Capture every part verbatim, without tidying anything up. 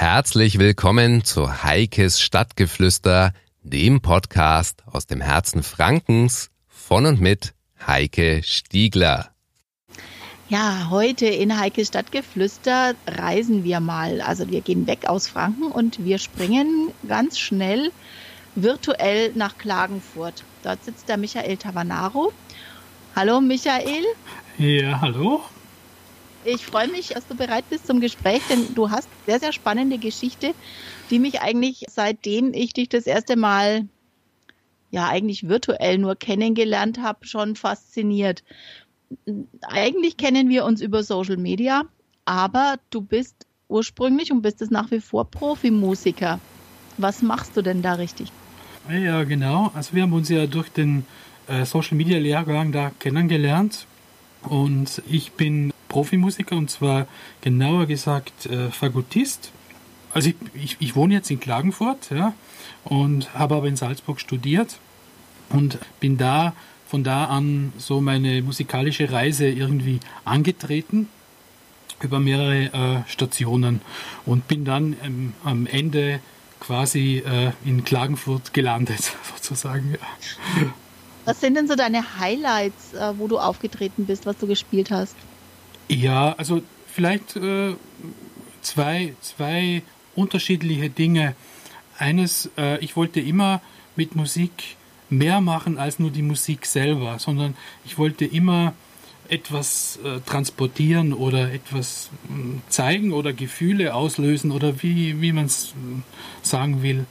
Herzlich willkommen zu Heikes Stadtgeflüster, dem Podcast aus dem Herzen Frankens von und mit Heike Stiegler. Ja, heute in Heikes Stadtgeflüster reisen wir mal. Also wir gehen weg aus Franken und wir springen ganz schnell virtuell nach Klagenfurt. Dort sitzt der Michael Tavanaro. Hallo Michael. Ja, hallo. Ich freue mich, dass du bereit bist zum Gespräch, denn du hast eine sehr, sehr spannende Geschichte, die mich eigentlich, seitdem ich dich das erste Mal, ja eigentlich virtuell nur kennengelernt habe, schon fasziniert. Eigentlich kennen wir uns über Social Media, aber du bist ursprünglich und bist es nach wie vor Profimusiker. Was machst du denn da richtig? Ja, genau. Also wir haben uns ja durch den äh, Social Media Lehrgang da kennengelernt und ich bin Profimusiker und zwar genauer gesagt äh, Fagottist. Also ich, ich, ich wohne jetzt in Klagenfurt, ja, und habe aber in Salzburg studiert und bin da von da an so meine musikalische Reise irgendwie angetreten über mehrere äh, Stationen und bin dann ähm, am Ende quasi äh, in Klagenfurt gelandet, sozusagen. Ja. Was sind denn so deine Highlights, äh, wo du aufgetreten bist, was du gespielt hast? Ja, also vielleicht äh, zwei, zwei unterschiedliche Dinge. Eines, äh, ich wollte immer mit Musik mehr machen als nur die Musik selber, sondern ich wollte immer etwas äh, transportieren oder etwas äh, zeigen oder Gefühle auslösen oder wie, wie man es äh, sagen will.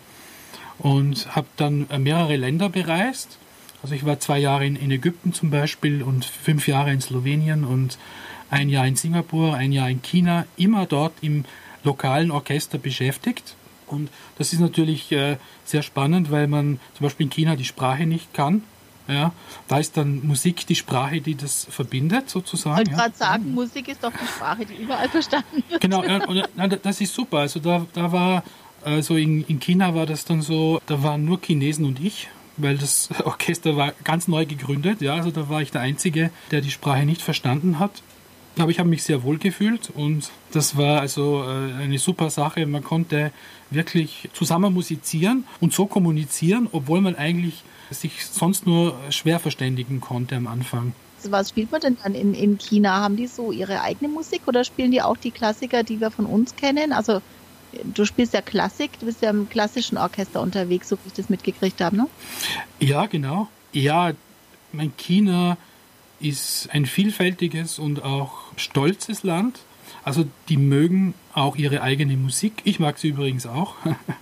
Und habe dann äh, mehrere Länder bereist. Also ich war zwei Jahre in, in Ägypten zum Beispiel und fünf Jahre in Slowenien und ein Jahr in Singapur, ein Jahr in China, immer dort im lokalen Orchester beschäftigt. Und das ist natürlich äh, sehr spannend, weil man zum Beispiel in China die Sprache nicht kann. Ja, da ist dann Musik die Sprache, die das verbindet, sozusagen. Ich wollte gerade ja. sagen, Musik ist doch die Sprache, die überall verstanden wird. Genau, ja, und, na, das ist super. Also da, da war, also in, in China war das dann so, da waren nur Chinesen und ich, weil das Orchester war ganz neu gegründet. Ja, also da war ich der Einzige, der die Sprache nicht verstanden hat. Aber ich habe mich sehr wohl gefühlt und das war also eine super Sache. Man konnte wirklich zusammen musizieren und so kommunizieren, obwohl man eigentlich sich sonst nur schwer verständigen konnte am Anfang. Was spielt man denn dann in, in China? Haben die so ihre eigene Musik oder spielen die auch die Klassiker, die wir von uns kennen? Also du spielst ja Klassik, du bist ja im klassischen Orchester unterwegs, so wie ich das mitgekriegt habe, ne? Ja, genau. Ja, mein China ist ein vielfältiges und auch stolzes Land. Also die mögen auch ihre eigene Musik. Ich mag sie übrigens auch.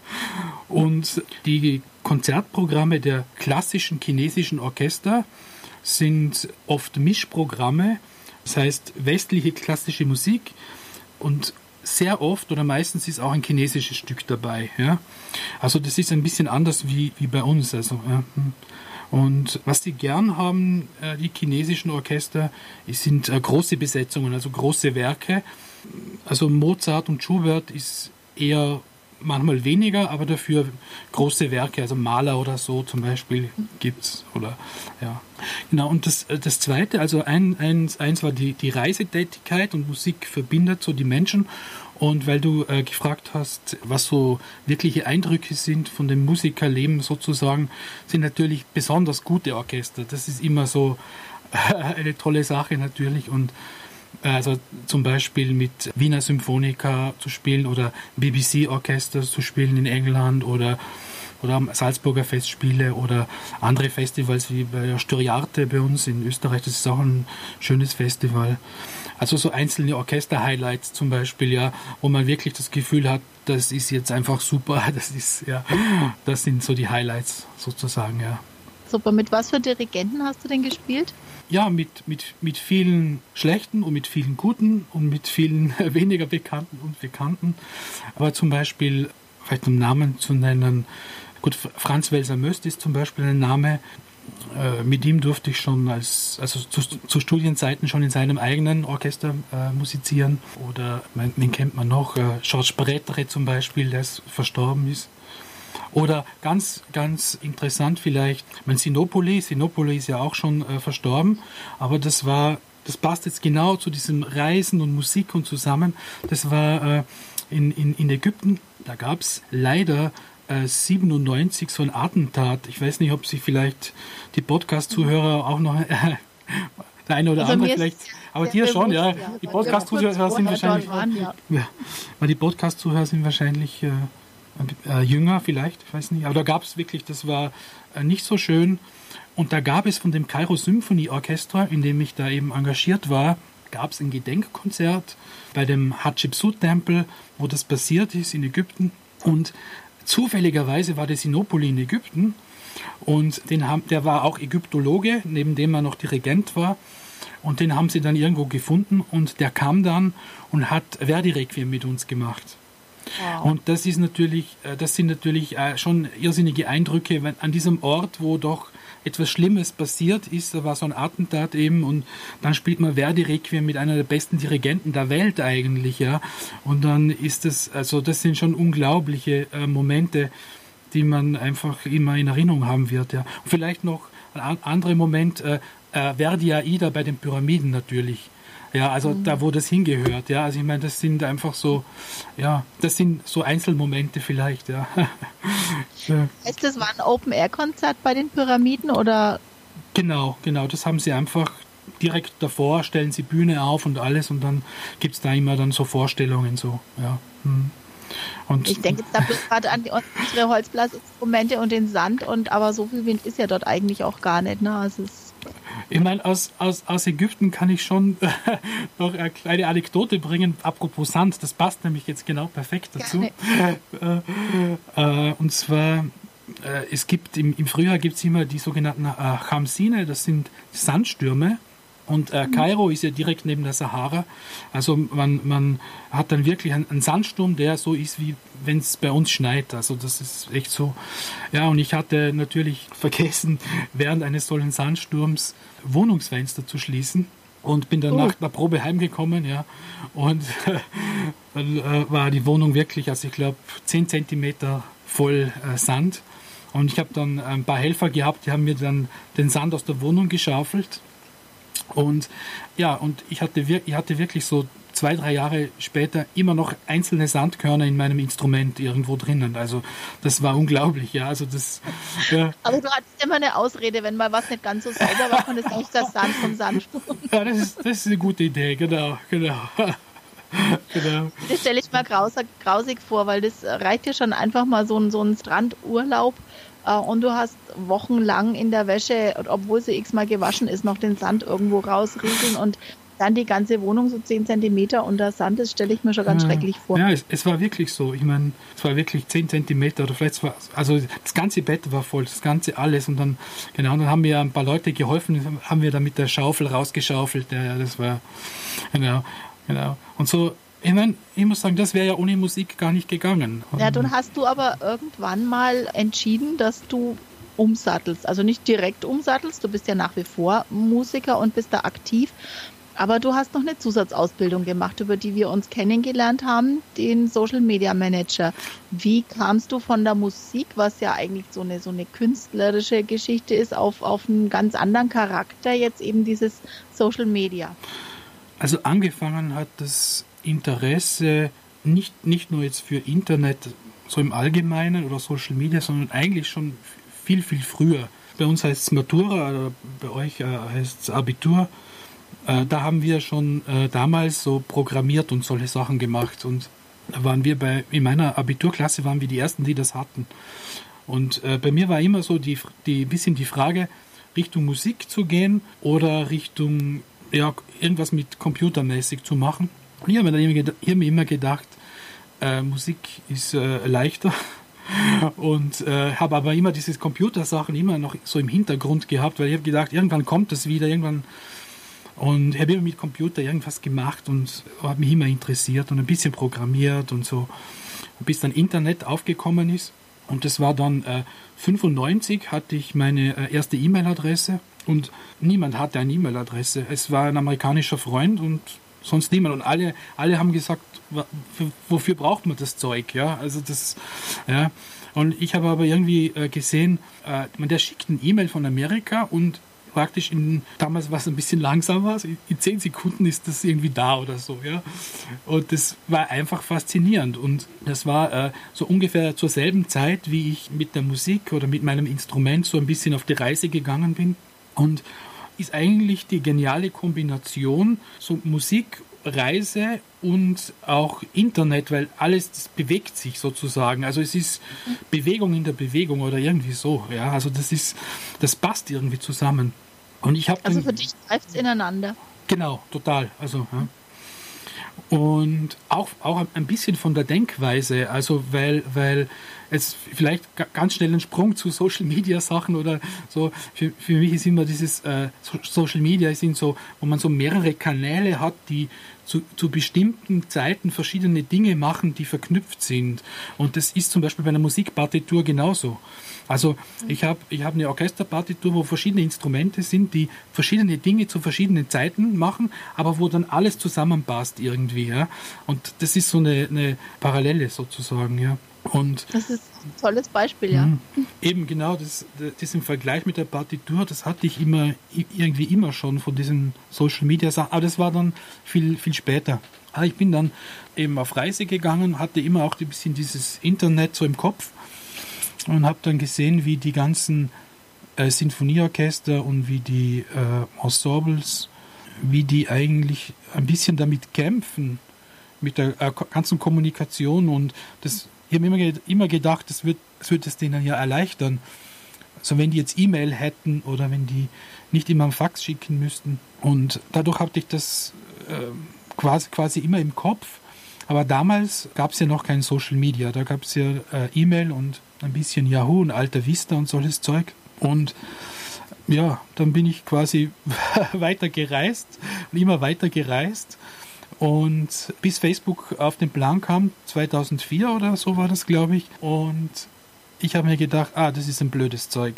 Und die Konzertprogramme der klassischen chinesischen Orchester sind oft Mischprogramme. Das heißt westliche klassische Musik und sehr oft oder meistens ist auch ein chinesisches Stück dabei. Ja? Also das ist ein bisschen anders wie, wie bei uns. Also, ja. Und was sie gern haben, die chinesischen Orchester, sind große Besetzungen, also große Werke. Also Mozart und Schubert ist eher manchmal weniger, aber dafür große Werke, also Mahler oder so zum Beispiel gibt's. Oder ja. Genau, und das, das Zweite, also ein, eins, eins war die, die Reisetätigkeit und Musik verbindet so die Menschen. Und weil du äh, gefragt hast, was so wirkliche Eindrücke sind von dem Musikerleben sozusagen, sind natürlich besonders gute Orchester. Das ist immer so äh, eine tolle Sache natürlich. Und äh, also zum Beispiel mit Wiener Symphonica zu spielen oder B B C-Orchester zu spielen in England oder oder Salzburger Festspiele oder andere Festivals wie bei Styriarte bei uns in Österreich. Das ist auch ein schönes Festival. Also so einzelne Orchester-Highlights zum Beispiel, ja, wo man wirklich das Gefühl hat, das ist jetzt einfach super. Das ist, ja, das sind so die Highlights sozusagen, ja. Super. Mit was für Dirigenten hast du denn gespielt? Ja, mit, mit, mit vielen schlechten und mit vielen guten und mit vielen weniger bekannten und bekannten. Aber zum Beispiel, vielleicht um Namen zu nennen, gut, Franz Welser-Möst ist zum Beispiel ein Name. Äh, mit ihm durfte ich schon als, also zu, zu Studienzeiten schon in seinem eigenen Orchester äh, musizieren. Oder, man, wen kennt man noch? Äh, Georges Bretre zum Beispiel, der verstorben ist. Oder ganz, ganz interessant vielleicht, mein Sinopoli, Sinopoli ist ja auch schon äh, verstorben, aber das war, das passt jetzt genau zu diesem Reisen und Musik und zusammen. Das war äh, in, in, in Ägypten, da gab es leider äh, siebenundneunzig so ein Attentat. Ich weiß nicht, ob sich vielleicht die Podcast-Zuhörer auch noch... Äh, der eine oder also andere vielleicht, aber dir schon, ja. ja. Die Podcast-Zuhörer sind wahrscheinlich... Waren, ja. Ja, weil die Podcast-Zuhörer sind wahrscheinlich... Äh, Äh, jünger vielleicht, ich weiß nicht, aber da gab es wirklich, das war äh, nicht so schön. Und da gab es von dem Kairo Symphony Orchestra, in dem ich da eben engagiert war, gab es ein Gedenkkonzert bei dem Hatschepsut-Tempel, wo das passiert ist in Ägypten. Und zufälligerweise war der Sinopoli in Ägypten und den haben, der war auch Ägyptologe, neben dem er noch Dirigent war. Und den haben sie dann irgendwo gefunden und der kam dann und hat Verdi-Requiem mit uns gemacht. Wow. Und das ist natürlich, das sind natürlich schon irrsinnige Eindrücke, wenn an diesem Ort, wo doch etwas Schlimmes passiert ist, da war so ein Attentat eben und dann spielt man Verdi-Requiem mit einer der besten Dirigenten der Welt eigentlich, ja. Und dann ist das, also das sind schon unglaubliche äh, Momente, die man einfach immer in Erinnerung haben wird, ja. Und vielleicht noch ein anderer Moment, äh, äh, Verdi Aida bei den Pyramiden natürlich. Ja, also mhm. da, wo das hingehört, ja, also ich meine, das sind einfach so, ja, das sind so Einzelmomente vielleicht, ja. ja. Heißt das war ein Open-Air-Konzert bei den Pyramiden, oder? Genau, genau, das haben sie einfach direkt davor, stellen sie Bühne auf und alles und dann gibt es da immer dann so Vorstellungen, so, ja. Mhm. Und ich denke jetzt da bloß gerade an die, unsere Holzblasinstrumente und den Sand, und aber so viel Wind ist ja dort eigentlich auch gar nicht, ne, also es Ich meine, aus, aus, aus Ägypten kann ich schon äh, noch eine kleine Anekdote bringen, apropos Sand, das passt nämlich jetzt genau perfekt dazu. Äh, äh, und zwar, äh, es gibt im, im Frühjahr gibt es immer die sogenannten äh, Khamsine, das sind Sandstürme. Und äh, Kairo ist ja direkt neben der Sahara. Also man, man hat dann wirklich einen, einen Sandsturm, der so ist, wie wenn es bei uns schneit. Also das ist echt so. Ja, und ich hatte natürlich vergessen, während eines solchen Sandsturms Wohnungsfenster zu schließen. Und bin dann oh. nach der Probe heimgekommen, ja. Und äh, dann äh, war die Wohnung wirklich, also ich glaube, zehn Zentimeter voll äh, Sand. Und ich habe dann ein paar Helfer gehabt, die haben mir dann den Sand aus der Wohnung geschaufelt. Und ja, und ich hatte, ich hatte wirklich so zwei, drei Jahre später immer noch einzelne Sandkörner in meinem Instrument irgendwo drinnen. Also das war unglaublich, ja. Also das, ja. Aber du hattest immer eine Ausrede, wenn mal was nicht ganz so sauber war, und das ist nicht das Sand vom Sandsturm. Ja, das ist, das ist eine gute Idee, genau, genau. genau. Das stelle ich mir grausig, grausig vor, weil das reicht ja schon einfach mal so ein, so ein Strandurlaub. Und du hast wochenlang in der Wäsche, obwohl sie x-mal gewaschen ist, noch den Sand irgendwo rausrieseln und dann die ganze Wohnung so zehn Zentimeter unter Sand, das stelle ich mir schon ganz ja, schrecklich vor. Ja, es, es war wirklich so. Ich meine, es war wirklich zehn Zentimeter oder vielleicht war, also das ganze Bett war voll, das ganze alles. Und dann, genau, dann haben mir ein paar Leute geholfen, haben wir da mit der Schaufel rausgeschaufelt. Ja, ja, das war, genau, genau. Und so, ich meine, ich muss sagen, das wäre ja ohne Musik gar nicht gegangen. Ja, dann hast du aber irgendwann mal entschieden, dass du umsattelst. Also nicht direkt umsattelst, du bist ja nach wie vor Musiker und bist da aktiv. Aber du hast noch eine Zusatzausbildung gemacht, über die wir uns kennengelernt haben, den Social Media Manager. Wie kamst du von der Musik, was ja eigentlich so eine, so eine künstlerische Geschichte ist, auf, auf einen ganz anderen Charakter, jetzt eben dieses Social Media? Also angefangen hat das Interesse nicht, nicht nur jetzt für Internet so im Allgemeinen oder Social Media, sondern eigentlich schon viel, viel früher. Bei uns heißt es Matura, oder bei euch äh, heißt es Abitur. Äh, da haben wir schon äh, damals so programmiert und solche Sachen gemacht. Und da waren wir bei, in meiner Abiturklasse waren wir die Ersten, die das hatten. Und äh, bei mir war immer so die, die bisschen die Frage, Richtung Musik zu gehen oder Richtung, ja, irgendwas mit computermäßig zu machen. Und ich habe mir, hab mir immer gedacht, äh, Musik ist äh, leichter. Und äh, habe aber immer diese Computersachen immer noch so im Hintergrund gehabt, weil ich habe gedacht, irgendwann kommt das wieder, irgendwann. Und ich habe immer mit Computer irgendwas gemacht und habe mich immer interessiert und ein bisschen programmiert und so, bis dann Internet aufgekommen ist. Und das war dann äh, fünfundneunzig hatte ich meine äh, erste E-Mail-Adresse und niemand hatte eine E-Mail-Adresse. Es war ein amerikanischer Freund und sonst niemand. Und alle, alle haben gesagt, wofür braucht man das Zeug? Ja, also das, ja. Und ich habe aber irgendwie äh, gesehen, äh, der schickt ein E-Mail von Amerika und praktisch in, damals war es ein bisschen langsamer, also in zehn Sekunden ist das irgendwie da oder so, ja. Und das war einfach faszinierend. Und das war äh, so ungefähr zur selben Zeit, wie ich mit der Musik oder mit meinem Instrument so ein bisschen auf die Reise gegangen bin. Und ist eigentlich die geniale Kombination, so Musik, Reise und auch Internet, weil alles das bewegt sich sozusagen. Also es ist Bewegung in der Bewegung oder irgendwie so. Ja, also das ist, das passt irgendwie zusammen. Und ich habe also für dich greift es ineinander. Genau, total. Also ja. Und auch, auch ein bisschen von der Denkweise, also weil, weil jetzt vielleicht ganz schnell ein Sprung zu Social Media Sachen oder so, für, für mich ist immer dieses äh, Social Media sind so, wo man so mehrere Kanäle hat, die zu, zu bestimmten Zeiten verschiedene Dinge machen, die verknüpft sind. Und das ist zum Beispiel bei einer Musikpartitur genauso. Also ich habe ich hab eine Orchesterpartitur, wo verschiedene Instrumente sind, die verschiedene Dinge zu verschiedenen Zeiten machen, aber wo dann alles zusammenpasst irgendwie. Ja? Und das ist so eine, eine Parallele sozusagen. Ja. Und das ist ein tolles Beispiel, ja. Mh, eben genau, das, das im Vergleich mit der Partitur, das hatte ich immer irgendwie immer schon von diesen Social Media Sachen, aber das war dann viel, viel später. Aber ich bin dann eben auf Reise gegangen, hatte immer auch ein bisschen dieses Internet so im Kopf und habe dann gesehen, wie die ganzen äh, Sinfonieorchester und wie die äh, Ensembles, wie die eigentlich ein bisschen damit kämpfen, mit der äh, ganzen Kommunikation und das. Ich habe immer, immer gedacht, das wird, das wird es denen ja erleichtern. Also wenn die jetzt E-Mail hätten oder wenn die nicht immer am Fax schicken müssten. Und dadurch hatte ich das äh, quasi, quasi immer im Kopf. Aber damals gab es ja noch kein Social Media. Da gab es ja äh, E-Mail und ein bisschen Yahoo und Alta Vista und solches Zeug. Und ja, dann bin ich quasi weiter gereist und immer weiter gereist. Und bis Facebook auf den Plan kam, zweitausendvier oder so war das, glaube ich. Und ich habe mir gedacht, ah, das ist ein blödes Zeug.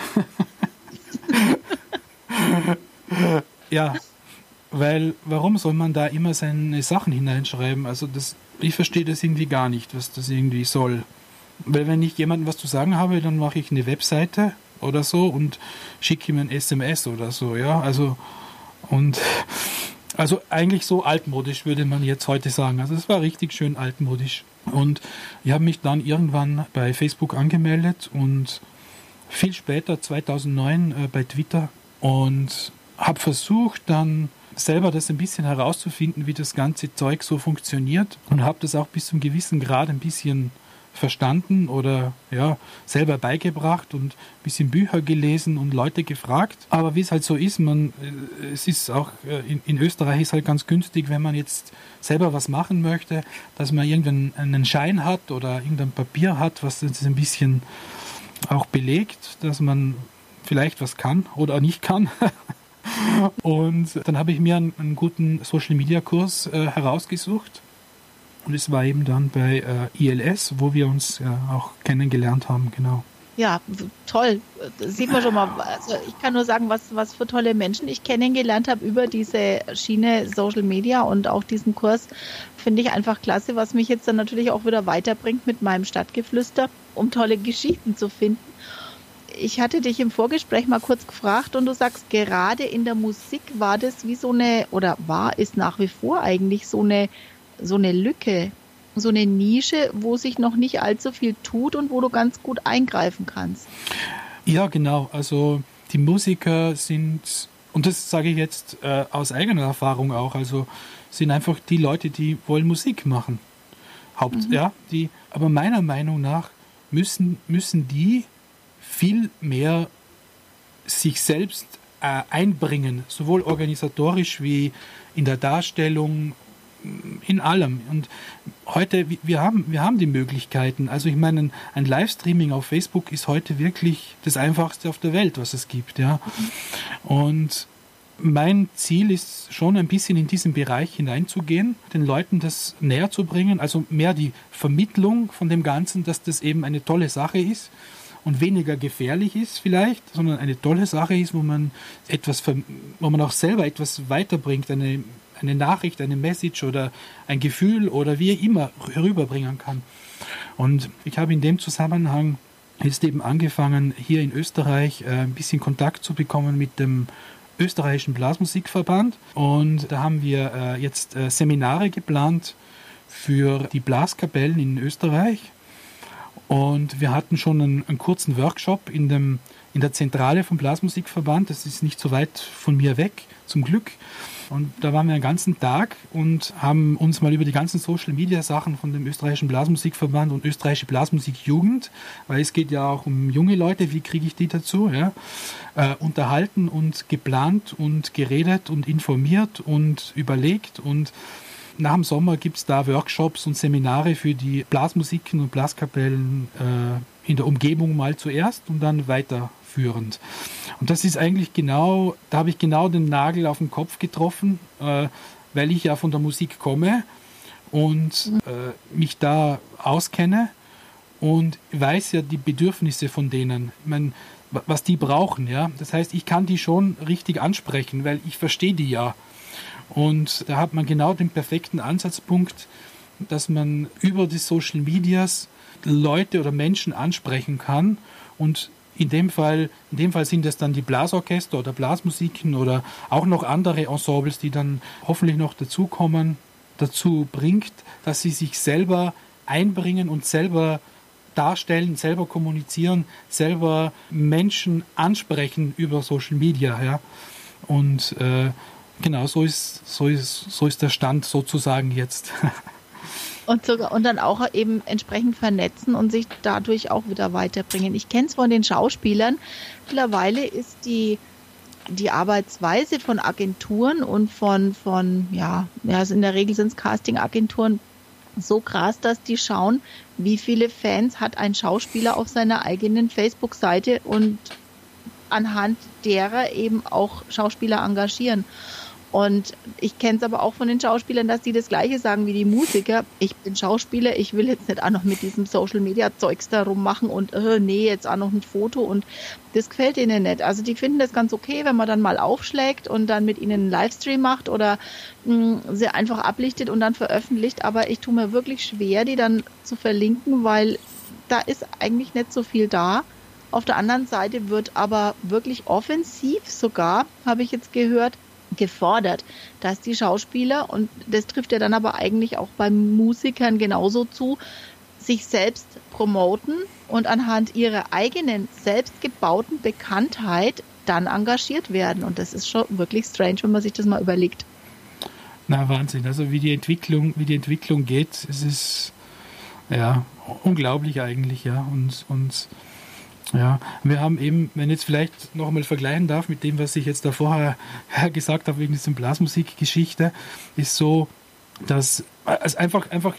Ja, weil warum soll man da immer seine Sachen hineinschreiben? Also das, ich verstehe das irgendwie gar nicht, was das irgendwie soll. Weil wenn ich jemandem was zu sagen habe, dann mache ich eine Webseite oder so und schicke ihm ein S M S oder so, ja. Also und Also eigentlich so altmodisch, würde man jetzt heute sagen. Also es war richtig schön altmodisch. Und ich habe mich dann irgendwann bei Facebook angemeldet und viel später, zweitausendneun, äh, bei Twitter und habe versucht dann selber das ein bisschen herauszufinden, wie das ganze Zeug so funktioniert und habe das auch bis zum gewissen Grad ein bisschen verstanden oder ja selber beigebracht und ein bisschen Bücher gelesen und Leute gefragt. Aber wie es halt so ist, man, es ist auch in, in Österreich ist halt ganz günstig, wenn man jetzt selber was machen möchte, dass man irgendeinen Schein hat oder irgendein Papier hat, was das ein bisschen auch belegt, dass man vielleicht was kann oder nicht kann. Und dann habe ich mir einen, einen guten Social-Media-Kurs äh, herausgesucht. Und es war eben dann bei äh, I L S, wo wir uns ja auch kennengelernt haben, genau. Ja, toll. Das sieht man schon mal. Also ich kann nur sagen, was, was für tolle Menschen ich kennengelernt habe über diese Schiene Social Media und auch diesen Kurs finde ich einfach klasse, was mich jetzt dann natürlich auch wieder weiterbringt mit meinem Stadtgeflüster, um tolle Geschichten zu finden. Ich hatte dich im Vorgespräch mal kurz gefragt und du sagst, gerade in der Musik war das wie so eine, oder war, ist nach wie vor eigentlich so eine so eine Lücke, so eine Nische, wo sich noch nicht allzu viel tut und wo du ganz gut eingreifen kannst. Ja, genau. Also die Musiker sind, und das sage ich jetzt äh, aus eigener Erfahrung auch, also sind einfach die Leute, die wollen Musik machen. Haupt, mhm. ja, die, aber meiner Meinung nach müssen, müssen die viel mehr sich selbst äh, einbringen, sowohl organisatorisch wie in der Darstellung, in allem. Und heute, wir haben, wir haben die Möglichkeiten. Also ich meine, ein Livestreaming auf Facebook ist heute wirklich das Einfachste auf der Welt, was es gibt. Ja. Und mein Ziel ist schon ein bisschen in diesen Bereich hineinzugehen, den Leuten das näher zu bringen, also mehr die Vermittlung von dem Ganzen, dass das eben eine tolle Sache ist und weniger gefährlich ist vielleicht, sondern eine tolle Sache ist, wo man etwas, wo man auch selber etwas weiterbringt, eine eine Nachricht, eine Message oder ein Gefühl oder wie immer rüberbringen kann. Und ich habe in dem Zusammenhang jetzt eben angefangen, hier in Österreich äh, ein bisschen Kontakt zu bekommen mit dem österreichischen Blasmusikverband. Und da haben wir äh, jetzt äh, Seminare geplant für die Blaskapellen in Österreich. Und wir hatten schon einen, einen kurzen Workshop in, dem, in der Zentrale vom Blasmusikverband. Das ist nicht so weit von mir weg, zum Glück. Und da waren wir einen ganzen Tag und haben uns mal über die ganzen Social-Media-Sachen von dem österreichischen Blasmusikverband und österreichische Blasmusikjugend, weil es geht ja auch um junge Leute, wie kriege ich die dazu, ja, äh, unterhalten und geplant und geredet und informiert und überlegt. Und nach dem Sommer gibt es da Workshops und Seminare für die Blasmusiken und Blaskapellen äh, in der Umgebung mal zuerst und dann weiterführend. Und das ist eigentlich genau, da habe ich genau den Nagel auf den Kopf getroffen, äh, weil ich ja von der Musik komme und äh, mich da auskenne und weiß ja die Bedürfnisse von denen, ich meine, was die brauchen. Ja? Das heißt, ich kann die schon richtig ansprechen, weil ich verstehe die ja. Und da hat man genau den perfekten Ansatzpunkt, dass man über die Social Medias Leute oder Menschen ansprechen kann. Und in dem Fall, in dem Fall sind es dann die Blasorchester oder Blasmusiken oder auch noch andere Ensembles, die dann hoffentlich noch dazukommen, dazu bringt, dass sie sich selber einbringen und selber darstellen, selber kommunizieren, selber Menschen ansprechen über Social Media. Ja. Und äh, Genau, so ist, so ist, so ist der Stand sozusagen jetzt. Und, sogar, und dann auch eben entsprechend vernetzen und sich dadurch auch wieder weiterbringen. Ich kenne es von den Schauspielern. Mittlerweile ist die, die Arbeitsweise von Agenturen und von, von ja, ja also in der Regel sind es Casting-Agenturen, so krass, dass die schauen, wie viele Fans hat ein Schauspieler auf seiner eigenen Facebook-Seite und anhand derer eben auch Schauspieler engagieren. Und ich kenne es aber auch von den Schauspielern, dass die das Gleiche sagen wie die Musiker. Ich bin Schauspieler, ich will jetzt nicht auch noch mit diesem Social-Media-Zeugs da rummachen und äh, nee, jetzt auch noch ein Foto und das gefällt ihnen nicht. Also die finden das ganz okay, wenn man dann mal aufschlägt und dann mit ihnen einen Livestream macht oder mh, sie einfach ablichtet und dann veröffentlicht. Aber ich tue mir wirklich schwer, die dann zu verlinken, weil da ist eigentlich nicht so viel da. Auf der anderen Seite wird aber wirklich offensiv sogar, habe ich jetzt gehört, gefordert, dass die Schauspieler, und das trifft ja dann aber eigentlich auch bei Musikern genauso zu, sich selbst promoten und anhand ihrer eigenen, selbstgebauten Bekanntheit dann engagiert werden. Und das ist schon wirklich strange, wenn man sich das mal überlegt. Na, Wahnsinn. Also wie die Entwicklung, wie die Entwicklung geht, es ist ja unglaublich eigentlich, ja. Und, und ja, wir haben eben, wenn ich jetzt vielleicht noch einmal vergleichen darf mit dem, was ich jetzt da vorher gesagt habe, wegen dieser Blasmusikgeschichte, ist so, dass also einfach, einfach,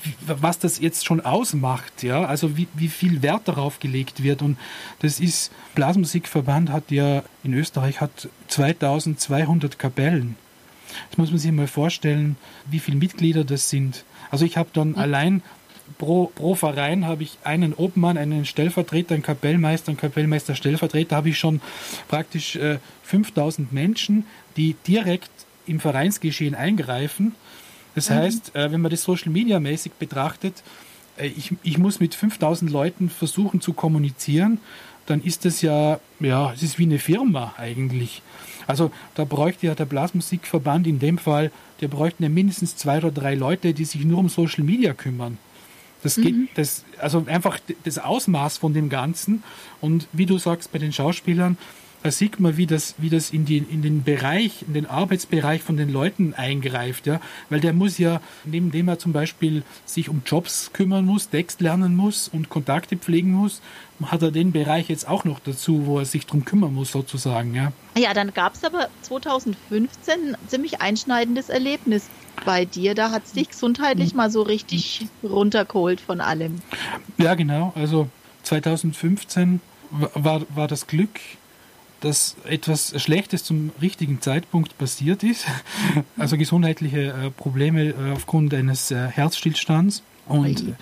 was das jetzt schon ausmacht, ja, also wie, wie viel Wert darauf gelegt wird. Und das ist, Blasmusikverband hat ja in Österreich hat zweitausendzweihundert Kapellen. Das muss man sich mal vorstellen, wie viele Mitglieder das sind. Also ich habe dann mhm. allein Pro, pro Verein habe ich einen Obmann, einen Stellvertreter, einen Kapellmeister, einen Kapellmeister-Stellvertreter, habe ich schon praktisch äh, fünftausend Menschen, die direkt im Vereinsgeschehen eingreifen. Das mhm. heißt, äh, wenn man das Social-Media-mäßig betrachtet, äh, ich, ich muss mit fünftausend Leuten versuchen zu kommunizieren, dann ist das ja, ja, es ist wie eine Firma eigentlich. Also da bräuchte ja der Blasmusikverband in dem Fall, der bräuchte ja mindestens zwei oder drei Leute, die sich nur um Social-Media kümmern. Das geht, mhm. das, also einfach das Ausmaß von dem Ganzen. Und wie du sagst, bei den Schauspielern, da sieht man, wie das, wie das in, die, in den Bereich, in den Arbeitsbereich von den Leuten eingreift, ja. Weil der muss ja, neben dem er zum Beispiel sich um Jobs kümmern muss, Text lernen muss und Kontakte pflegen muss, hat er den Bereich jetzt auch noch dazu, wo er sich drum kümmern muss, sozusagen, ja. Ja, dann gab es aber zweitausendfünfzehn ein ziemlich einschneidendes Erlebnis bei dir. Da hat es dich gesundheitlich mal so richtig runtergeholt von allem. Ja, genau. Also zweitausendfünfzehn war, war das Glück, dass etwas Schlechtes zum richtigen Zeitpunkt passiert ist. Also gesundheitliche äh, Probleme äh, aufgrund eines äh, Herzstillstands. Und äh,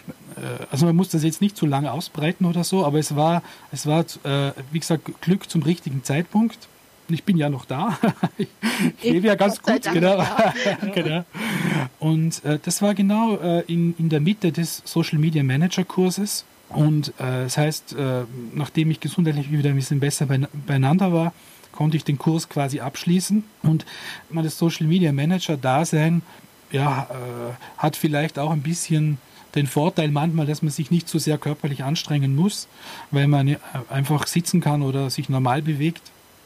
also man muss das jetzt nicht zu lange ausbreiten oder so, aber es war, es war äh, wie gesagt, Glück zum richtigen Zeitpunkt. Ich bin ja noch da. ich ich lebe ja ganz gut. Dank, genau. Ja. genau. Und äh, das war genau äh, in, in der Mitte des Social Media Manager Kurses. Und äh, das heißt, äh, nachdem ich gesundheitlich wieder ein bisschen besser beieinander war, konnte ich den Kurs quasi abschließen. Und man das Social Media Manager Dasein ja, äh, hat vielleicht auch ein bisschen den Vorteil manchmal, dass man sich nicht so sehr körperlich anstrengen muss, weil man einfach sitzen kann oder sich normal bewegt.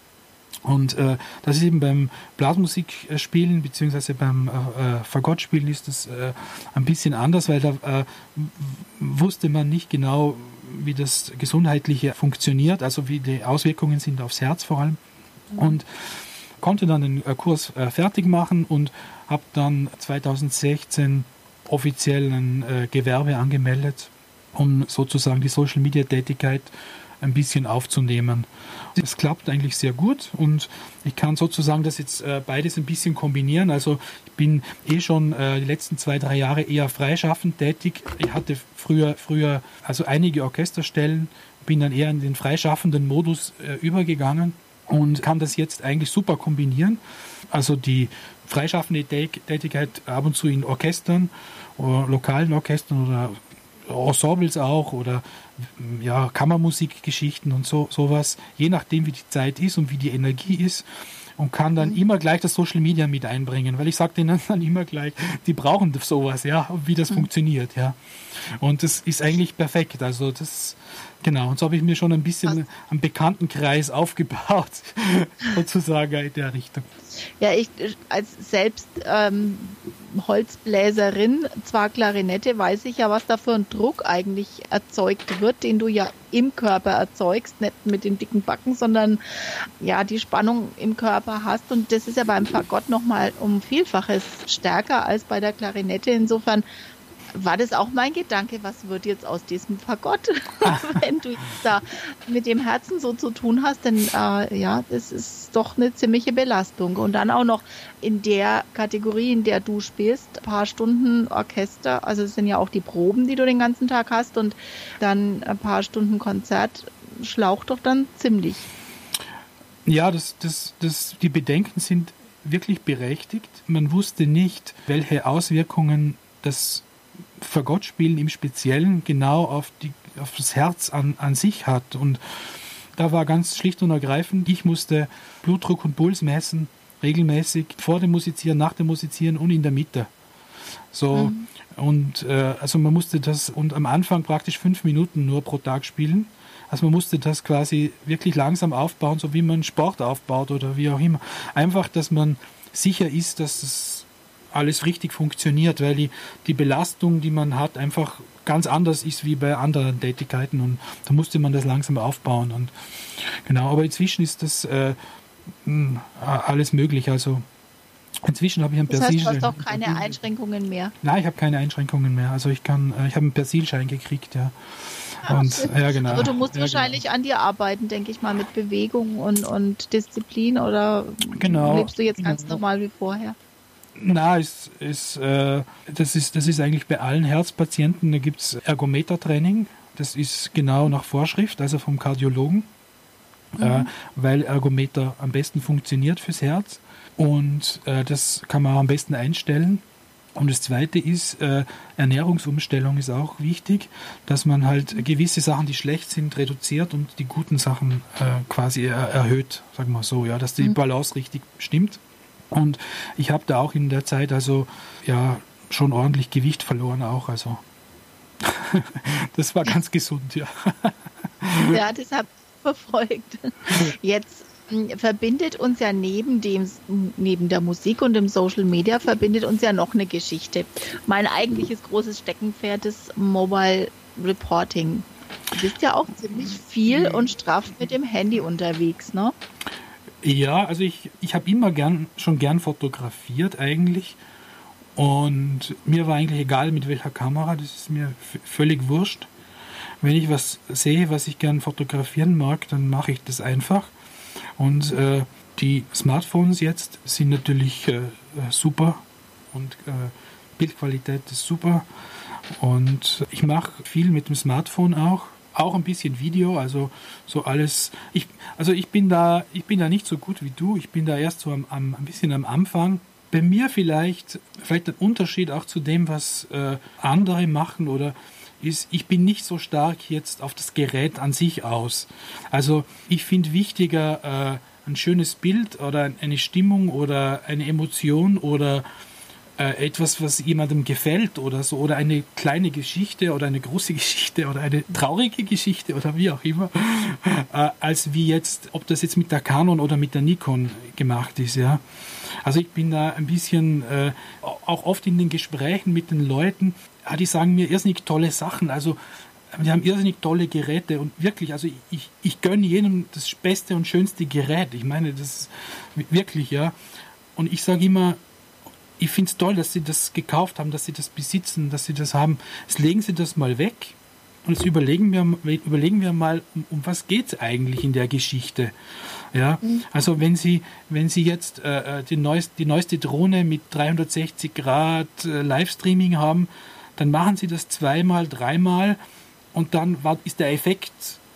Und äh, das ist eben beim Blasmusikspielen beziehungsweise beim äh, Fagottspielen ist das äh, ein bisschen anders, weil da äh, wusste man nicht genau, wie das Gesundheitliche funktioniert, also wie die Auswirkungen sind aufs Herz vor allem. Und konnte dann den äh, Kurs äh, fertig machen und habe dann zweitausendsechzehn offiziell ein äh, Gewerbe angemeldet, um sozusagen die Social-Media-Tätigkeit ein bisschen aufzunehmen. Es klappt eigentlich sehr gut und ich kann sozusagen das jetzt äh, beides ein bisschen kombinieren. Also ich bin eh schon äh, die letzten zwei, drei Jahre eher freischaffend tätig. Ich hatte früher, früher also einige Orchesterstellen, bin dann eher in den freischaffenden Modus äh, übergegangen und kann das jetzt eigentlich super kombinieren. Also die freischaffende Tätigkeit ab und zu in Orchestern, oder lokalen Orchestern oder Ensembles auch oder ja, Kammermusikgeschichten und so sowas, je nachdem wie die Zeit ist und wie die Energie ist, und kann dann immer gleich das Social Media mit einbringen, weil ich sage denen dann immer gleich, die brauchen sowas, ja, wie das mhm. funktioniert, ja. Und das ist eigentlich perfekt, also das, genau, und so habe ich mir schon ein bisschen einen Bekanntenkreis aufgebaut, sozusagen in der Richtung. Ja, ich als selbst ähm, Holzbläserin, zwar Klarinette, weiß ich ja, was da für ein Druck eigentlich erzeugt wird, den du ja im Körper erzeugst, nicht mit den dicken Backen, sondern ja, die Spannung im Körper hast. Und das ist ja beim Fagott nochmal um Vielfaches stärker als bei der Klarinette. Insofern war das auch mein Gedanke, was wird jetzt aus diesem Fagott, wenn du jetzt da mit dem Herzen so zu tun hast, denn äh, ja, das ist doch eine ziemliche Belastung. Und dann auch noch in der Kategorie, in der du spielst, ein paar Stunden Orchester, also es sind ja auch die Proben, die du den ganzen Tag hast, und dann ein paar Stunden Konzert, schlaucht doch dann ziemlich. Ja, das, das, das, die Bedenken sind wirklich berechtigt. Man wusste nicht, welche Auswirkungen das Fagottspielen im Speziellen genau auf, die, auf das Herz an, an sich hat. Und da war ganz schlicht und ergreifend, ich musste Blutdruck und Puls messen, regelmäßig, vor dem Musizieren, nach dem Musizieren und in der Mitte. So, mhm. und äh, also man musste das, und am Anfang praktisch fünf Minuten nur pro Tag spielen. Also man musste das quasi wirklich langsam aufbauen, so wie man Sport aufbaut oder wie auch immer. Einfach, dass man sicher ist, dass es alles richtig funktioniert, weil die, die Belastung, die man hat, einfach ganz anders ist wie bei anderen Tätigkeiten, und da musste man das langsam aufbauen. Und genau, aber inzwischen ist das äh, alles möglich. Also inzwischen habe ich einen Persilschein. Das heißt, du hast auch keine Einschränkungen mehr? Nein, ich habe keine Einschränkungen mehr. Also ich kann, ich habe einen Persilschein gekriegt, ja. Und, ja, genau. Aber du musst ja, wahrscheinlich genau. an dir arbeiten, denke ich mal, mit Bewegung und, und Disziplin, oder genau, lebst du jetzt genau. ganz normal wie vorher? Na, ist, ist, äh, das ist, das ist eigentlich bei allen Herzpatienten, da gibt es Ergometertraining, das ist genau nach Vorschrift, also vom Kardiologen, mhm. äh, weil Ergometer am besten funktioniert fürs Herz, und äh, das kann man auch am besten einstellen. Und das Zweite ist, äh, Ernährungsumstellung ist auch wichtig, dass man halt gewisse Sachen, die schlecht sind, reduziert und die guten Sachen äh, quasi er, erhöht, sagen wir so, ja, dass die mhm. Balance richtig stimmt. Und ich habe da auch in der Zeit also ja schon ordentlich Gewicht verloren auch, also das war ganz gesund, ja. Ja, das habe ich verfolgt. Jetzt verbindet uns ja neben dem, neben der Musik und dem Social Media verbindet uns ja noch eine Geschichte. Mein eigentliches großes Steckenpferd ist Mobile Reporting. Du bist ja auch ziemlich viel und straff mit dem Handy unterwegs, ne? Ja, also ich, ich habe immer gern, schon gern fotografiert eigentlich, und mir war eigentlich egal mit welcher Kamera, das ist mir f- völlig wurscht. Wenn ich was sehe, was ich gern fotografieren mag, dann mache ich das einfach. Und äh, die Smartphones jetzt sind natürlich äh, super, und äh, Bildqualität ist super, und ich mache viel mit dem Smartphone auch. Auch ein bisschen Video, also so alles. Ich, also ich bin da, ich bin da nicht so gut wie du. Ich bin da erst so am, am, ein bisschen am Anfang. Bei mir vielleicht, vielleicht ein Unterschied auch zu dem, was äh, andere machen, oder ist, ich bin nicht so stark jetzt auf das Gerät an sich aus. Also ich finde wichtiger äh, ein schönes Bild oder eine Stimmung oder eine Emotion oder äh, etwas, was jemandem gefällt oder so, oder eine kleine Geschichte oder eine große Geschichte oder eine traurige Geschichte oder wie auch immer, äh, als wie jetzt, ob das jetzt mit der Canon oder mit der Nikon gemacht ist, ja. Also ich bin da ein bisschen, äh, auch oft in den Gesprächen mit den Leuten, ja, die sagen mir irrsinnig tolle Sachen, also wir haben irrsinnig tolle Geräte und wirklich, also ich, ich gönne jedem das beste und schönste Gerät, ich meine, das ist wirklich, ja. Und ich sage immer, ich finde es toll, dass sie das gekauft haben, dass sie das besitzen, dass sie das haben. Jetzt legen sie das mal weg und jetzt überlegen wir, überlegen wir mal, um, um was geht es eigentlich in der Geschichte. Ja, mhm. Also wenn Sie, wenn Sie jetzt äh, die, neueste, die neueste Drohne mit dreihundertsechzig Grad äh, Livestreaming haben, dann machen Sie das zweimal, dreimal und dann war, ist der Effekt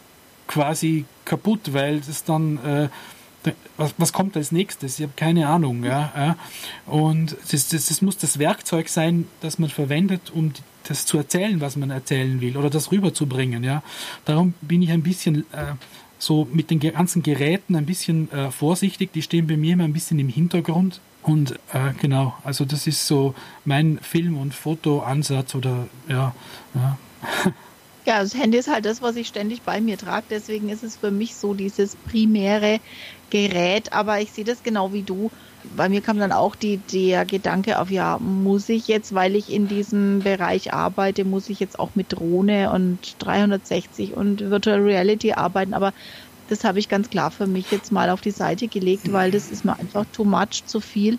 quasi kaputt, weil das dann... Äh, Was, was kommt als nächstes? Ich habe keine Ahnung. Ja, ja. Und das, das, das muss das Werkzeug sein, das man verwendet, um das zu erzählen, was man erzählen will oder das rüberzubringen. Ja. Darum bin ich ein bisschen äh, so mit den ganzen Geräten ein bisschen äh, vorsichtig. Die stehen bei mir immer ein bisschen im Hintergrund. Und äh, genau, also das ist so mein Film- und Fotoansatz oder ja. ja. Ja, das Handy ist halt das, was ich ständig bei mir trage. Deswegen ist es für mich so dieses primäre Gerät. Aber ich sehe das genau wie du. Bei mir kam dann auch die, der Gedanke auf, ja, muss ich jetzt, weil ich in diesem Bereich arbeite, muss ich jetzt auch mit Drohne und dreihundertsechzig und Virtual Reality arbeiten. Aber das habe ich ganz klar für mich jetzt mal auf die Seite gelegt, weil das ist mir einfach too much, zu viel.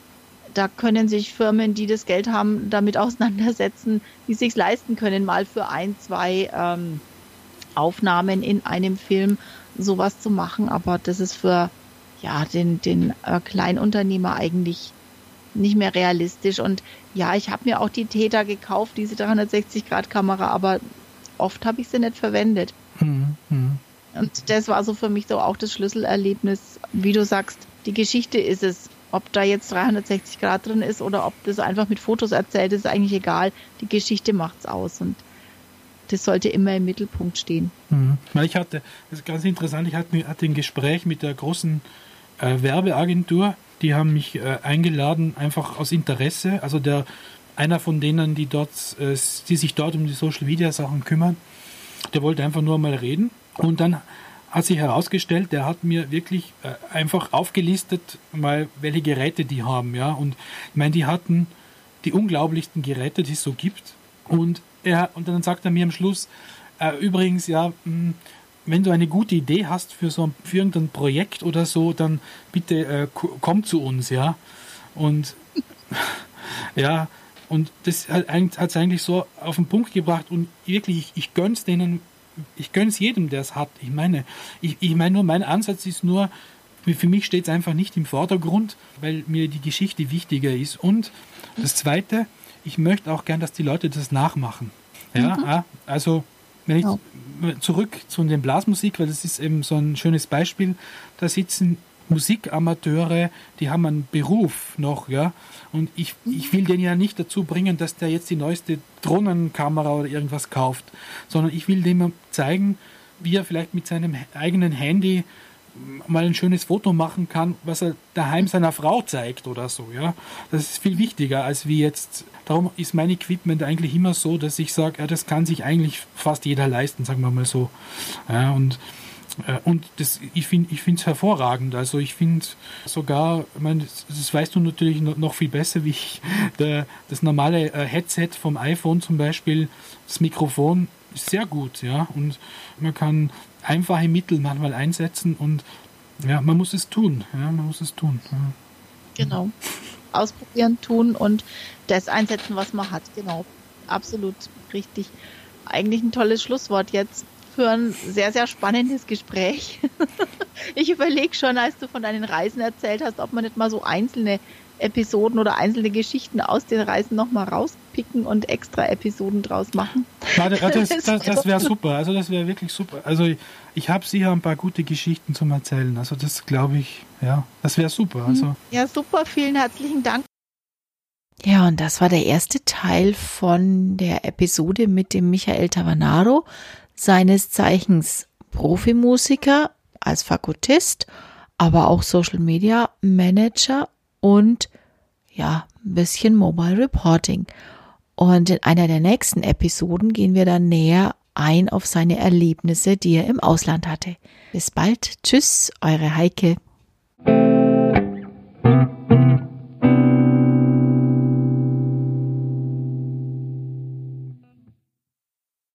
Da können sich Firmen, die das Geld haben, damit auseinandersetzen, die es sich leisten können, mal für ein, zwei ähm, Aufnahmen in einem Film sowas zu machen. Aber das ist für ja, den, den äh, Kleinunternehmer eigentlich nicht mehr realistisch. Und ja, ich habe mir auch die Theta gekauft, diese dreihundertsechzig Grad Kamera, aber oft habe ich sie nicht verwendet. Mhm. Und das war so für mich so auch das Schlüsselerlebnis. Wie du sagst, die Geschichte ist es. Ob da jetzt dreihundertsechzig Grad drin ist oder ob das einfach mit Fotos erzählt ist, eigentlich egal. Die Geschichte macht's aus und das sollte immer im Mittelpunkt stehen. Mhm. Ich hatte, das ist ganz interessant, ich hatte, hatte ein Gespräch mit der großen äh, Werbeagentur, die haben mich äh, eingeladen, einfach aus Interesse, also der einer von denen, die dort, äh, die sich dort um die Social Media Sachen kümmern, der wollte einfach nur mal reden und dann hat sich herausgestellt, der hat mir wirklich äh, einfach aufgelistet, mal welche Geräte die haben, ja. Und ich meine, die hatten die unglaublichsten Geräte, die es so gibt. Und er und dann sagt er mir am Schluss, äh, übrigens, ja, mh, wenn du eine gute Idee hast für so für irgendein Projekt oder so, dann bitte äh, komm zu uns, ja. Und ja, und das hat es eigentlich so auf den Punkt gebracht und wirklich, ich, ich gönn's denen. Ich gönne es jedem, der es hat. Ich meine, ich, ich meine nur, mein Ansatz ist nur, für mich steht es einfach nicht im Vordergrund, weil mir die Geschichte wichtiger ist. Und das Zweite, ich möchte auch gern, dass die Leute das nachmachen. Ja, mhm. Also wenn ich ja. zurück zu den Blasmusik, weil das ist eben so ein schönes Beispiel, da sitzen Musikamateure, die haben einen Beruf noch, ja, und ich, ich will den ja nicht dazu bringen, dass der jetzt die neueste Drohnenkamera oder irgendwas kauft, sondern ich will dem zeigen, wie er vielleicht mit seinem eigenen Handy mal ein schönes Foto machen kann, was er daheim seiner Frau zeigt oder so, ja. Das ist viel wichtiger, als wie jetzt, darum ist mein Equipment eigentlich immer so, dass ich sage, ja, das kann sich eigentlich fast jeder leisten, sagen wir mal so, ja, und Und das, ich finde ich finde es hervorragend. Also ich finde sogar, ich meine, das, das weißt du natürlich noch viel besser wie ich, der, das normale Headset vom iPhone zum Beispiel, das Mikrofon ist sehr gut, ja. Und man kann einfache Mittel manchmal einsetzen und ja, man muss es tun. Ja, man muss es tun. Ja. Genau. Ausprobieren, tun und das einsetzen, was man hat. Genau. Absolut richtig. Eigentlich ein tolles Schlusswort jetzt für ein sehr, sehr spannendes Gespräch. Ich überlege schon, als du von deinen Reisen erzählt hast, ob man nicht mal so einzelne Episoden oder einzelne Geschichten aus den Reisen nochmal rauspicken und extra Episoden draus machen. Ja, das das, das, das wäre super. Also das wäre wirklich super. Also ich, ich habe sicher ein paar gute Geschichten zum Erzählen. Also das glaube ich, ja, das wäre super. Also. Ja, super. Vielen herzlichen Dank. Ja, und das war der erste Teil von der Episode mit dem Michael Tavanaro, seines Zeichens Profimusiker als Fagottist, aber auch Social Media Manager und ja, ein bisschen Mobile Reporting. Und in einer der nächsten Episoden gehen wir dann näher ein auf seine Erlebnisse, die er im Ausland hatte. Bis bald. Tschüss, eure Heike.